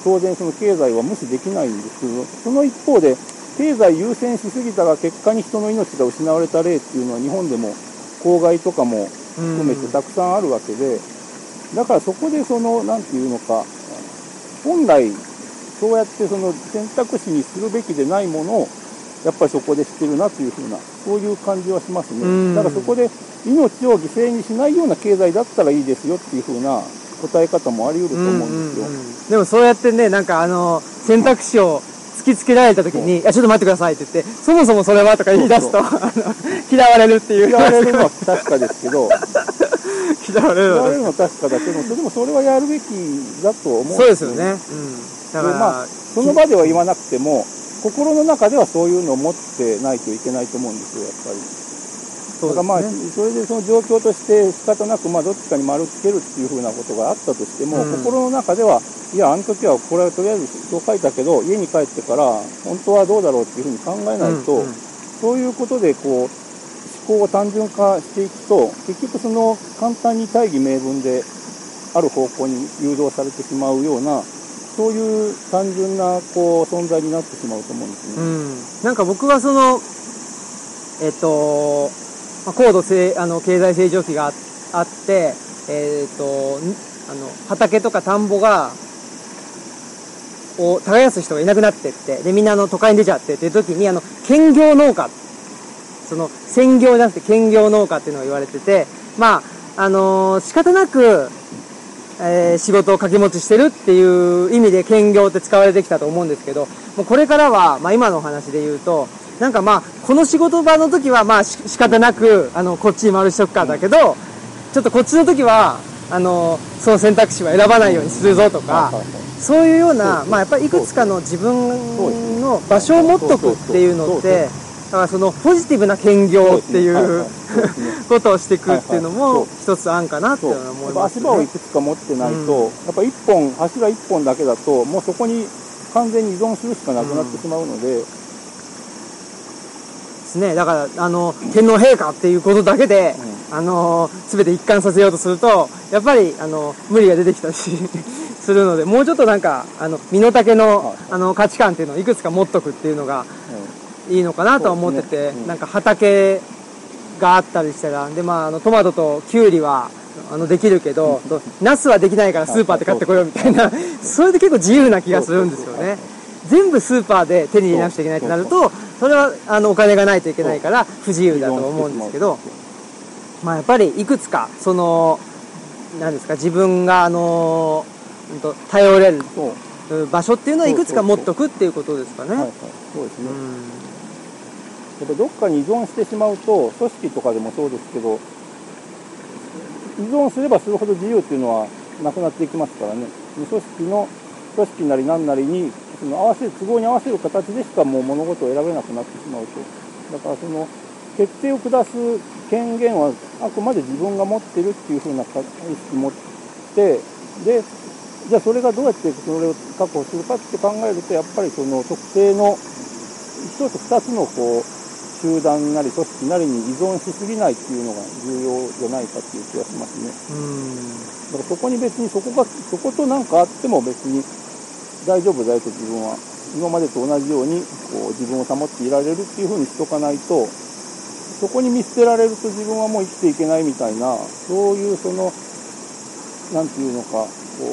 当然その経済は無視できないんですけど、その一方で経済優先しすぎたが結果に人の命が失われた例っていうのは日本でも公害とかも含めてたくさんあるわけで、だからそこでそのなんていうのか、本来そうやってその選択肢にするべきでないものをやっぱりそこでしてるなというふうな、そういう感じはしますね。だからそこで命を犠牲にしないような経済だったらいいですよっていうふうな答え方もあり得ると思うんですよ。 でもそうやってね、なんか選択肢を突きつけられた時に、いやちょっと待ってくださいって言って、そもそもそれはとか言い出すと嫌われるっていう。 嫌われるのは確かですけど嫌われるのは確かだけど、でもそれはやるべきだと思うんですよ。 そうですよね。 だからまあその場では言わなくても心の中ではそういうのを持ってないといけないと思うんですよ、やっぱり。だからまあそれでその状況として仕方なくどっちかに丸つけるっていうふうなことがあったとしても、心の中ではいやあの時はこれはとりあえずそう書いたけど家に帰ってから本当はどうだろうっていうふうに考えないと、そういうことでこう思考を単純化していくと結局その簡単に大義名分である方向に誘導されてしまうような、そういう単純なこう存在になってしまうと思うんですね。 なんか僕はその高度経済成長期があって、畑とか田んぼを耕す人がいなくなってって、でみんな都会に出ちゃってっていう時に兼業農家、その専業じゃなくて兼業農家っていうのが言われてて、仕方なく仕事を掛け持ちしてるっていう意味で兼業って使われてきたと思うんですけど、もうこれからは今のお話で言うと、なんかこの仕事場の時は仕方なくこっちに丸しとくかだけど、ちょっとこっちの時はその選択肢は選ばないようにするぞとか、そういうようなやっぱりいくつかの自分の場所を持っとくっていうのって、だからそのポジティブな兼業っていうことをしていくっていうのも一つ案かなって思いますね。 足場をいくつか持ってないと、やっぱ柱一本だけだともうそこに完全に依存するしかなくなってしまうので。 だから天皇陛下っていうことだけで、全て一貫させようとするとやっぱり無理が出てきたりするので、もうちょっとなんか身の丈の価値観っていうのをいくつか持っとくっていうのがいいのかなとは思ってて、なんか畑があったりしたら、でトマトとキュウリはできるけど、ナスはできないからスーパーで買ってこようみたいな、それで結構自由な気がするんですよね。全部スーパーで手に入れなくちゃいけないとなると、それはお金がないといけないから不自由だと思うんですけど、やっぱりいくつか何ですか、自分が頼れる場所っていうのはいくつか持っとくっていうことですかね。 そうですね。やっぱどっかに依存してしまうと、組織とかでもそうですけど、依存すればするほど自由っていうのはなくなっていきますからね。組織なり何なりに都合に合わせる形でしかもう物事を選べなくなってしまうと。だからその決定を下す権限はあくまで自分が持ってるっていうふうな意識を持って、でじゃあそれがどうやってそれを確保するかって考えると、やっぱりその特定の一つ二つの集団なり組織なりに依存しすぎないっていうのが重要じゃないかっていう気がしますね。だからそこに別にそことなんかあっても別に大丈夫だよと、自分は今までと同じように自分を保っていられるっていうふうにしとかないと、そこに見捨てられると自分はもう生きていけないみたいな、そういうなんていうのか、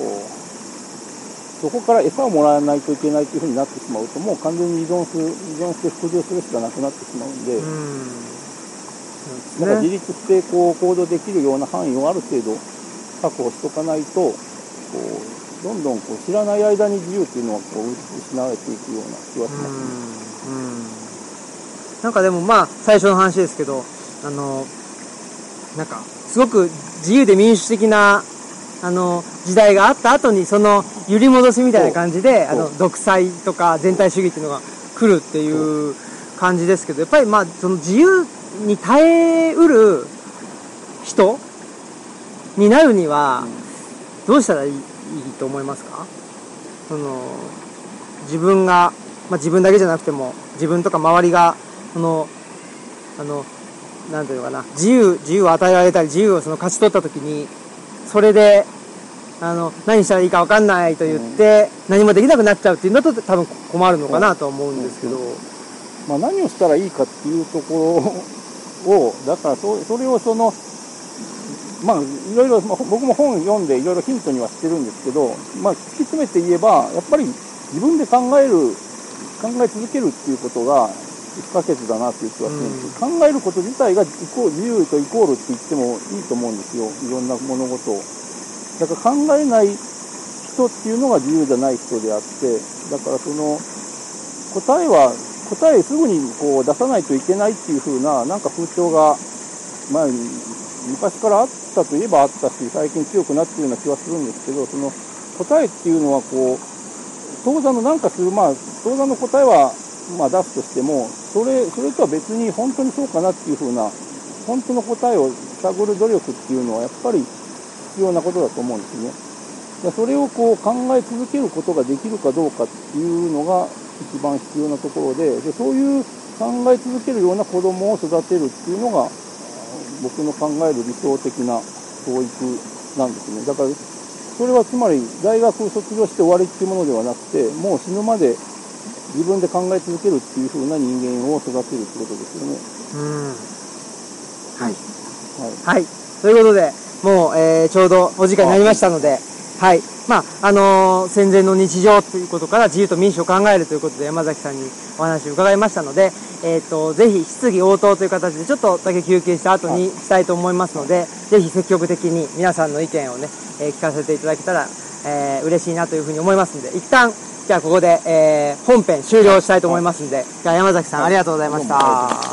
そこから餌をもらわないといけないというふうになってしまうと、もう完全に依存して服従するしかなくなってしまうんで、だから自立して行動できるような範囲をある程度確保しとかないと、どんどん知らない間に自由っていうのは失われていくような気はしますね。 なんかでも最初の話ですけど、なんかすごく自由で民主的な時代があった後にその揺り戻しみたいな感じで独裁とか全体主義っていうのが来るっていう感じですけど、やっぱりその自由に耐えうる人になるにはどうしたらいいと思いますか？自分が、自分だけじゃなくても自分とか周りがなんていうのかな、自由を与えられたり自由を勝ち取った時に、それで何したらいいか分かんないと言って、何もできなくなっちゃうっていうのと多分困るのかなとは思うんですけど、 まあ、何をしたらいいかっていうところを、だからそれをまあ、いろいろ、僕も本読んでいろいろヒントにはしてるんですけど、まあ、突き詰めて言えば、やっぱり自分で考え続けるっていうことが不可欠だなっていう気はするんです。考えること自体が自由とイコールって言ってもいいと思うんですよ。いろんな物事を。だから考えない人っていうのが自由じゃない人であって、だから答えすぐにこう出さないといけないっていう風な、なんか風潮が、まあ、昔からあったといえばあったし、最近強くなってるような気はするんですけど、その答えっていうのはこう、当座のなんかする、当座の答えは、出すとしても、それとは別に本当にそうかなっていう風な、本当の答えを探る努力っていうのはやっぱり必要なことだと思うんですね。それをこう考え続けることができるかどうかっていうのが一番必要なところで、そういう考え続けるような子供を育てるっていうのが僕の考える理想的な教育なんですね。だからそれはつまり大学を卒業して終わりっていうものではなくて、もう死ぬまで自分で考え続けるっていう風な人間を育てるってことですよね。 はい。はい。ということで、もう、ちょうどお時間になりましたので、はい。戦前の日常ということから自由と民主を考えるということで山崎さんにお話を伺いましたので、ぜひ質疑応答という形でちょっとだけ休憩した後にしたいと思いますので、ぜひ積極的に皆さんの意見をね、聞かせていただけたら、嬉しいなというふうに思いますので、一旦、じゃあここで、本編終了したいと思いますので、じゃあ山崎さんありがとうございました。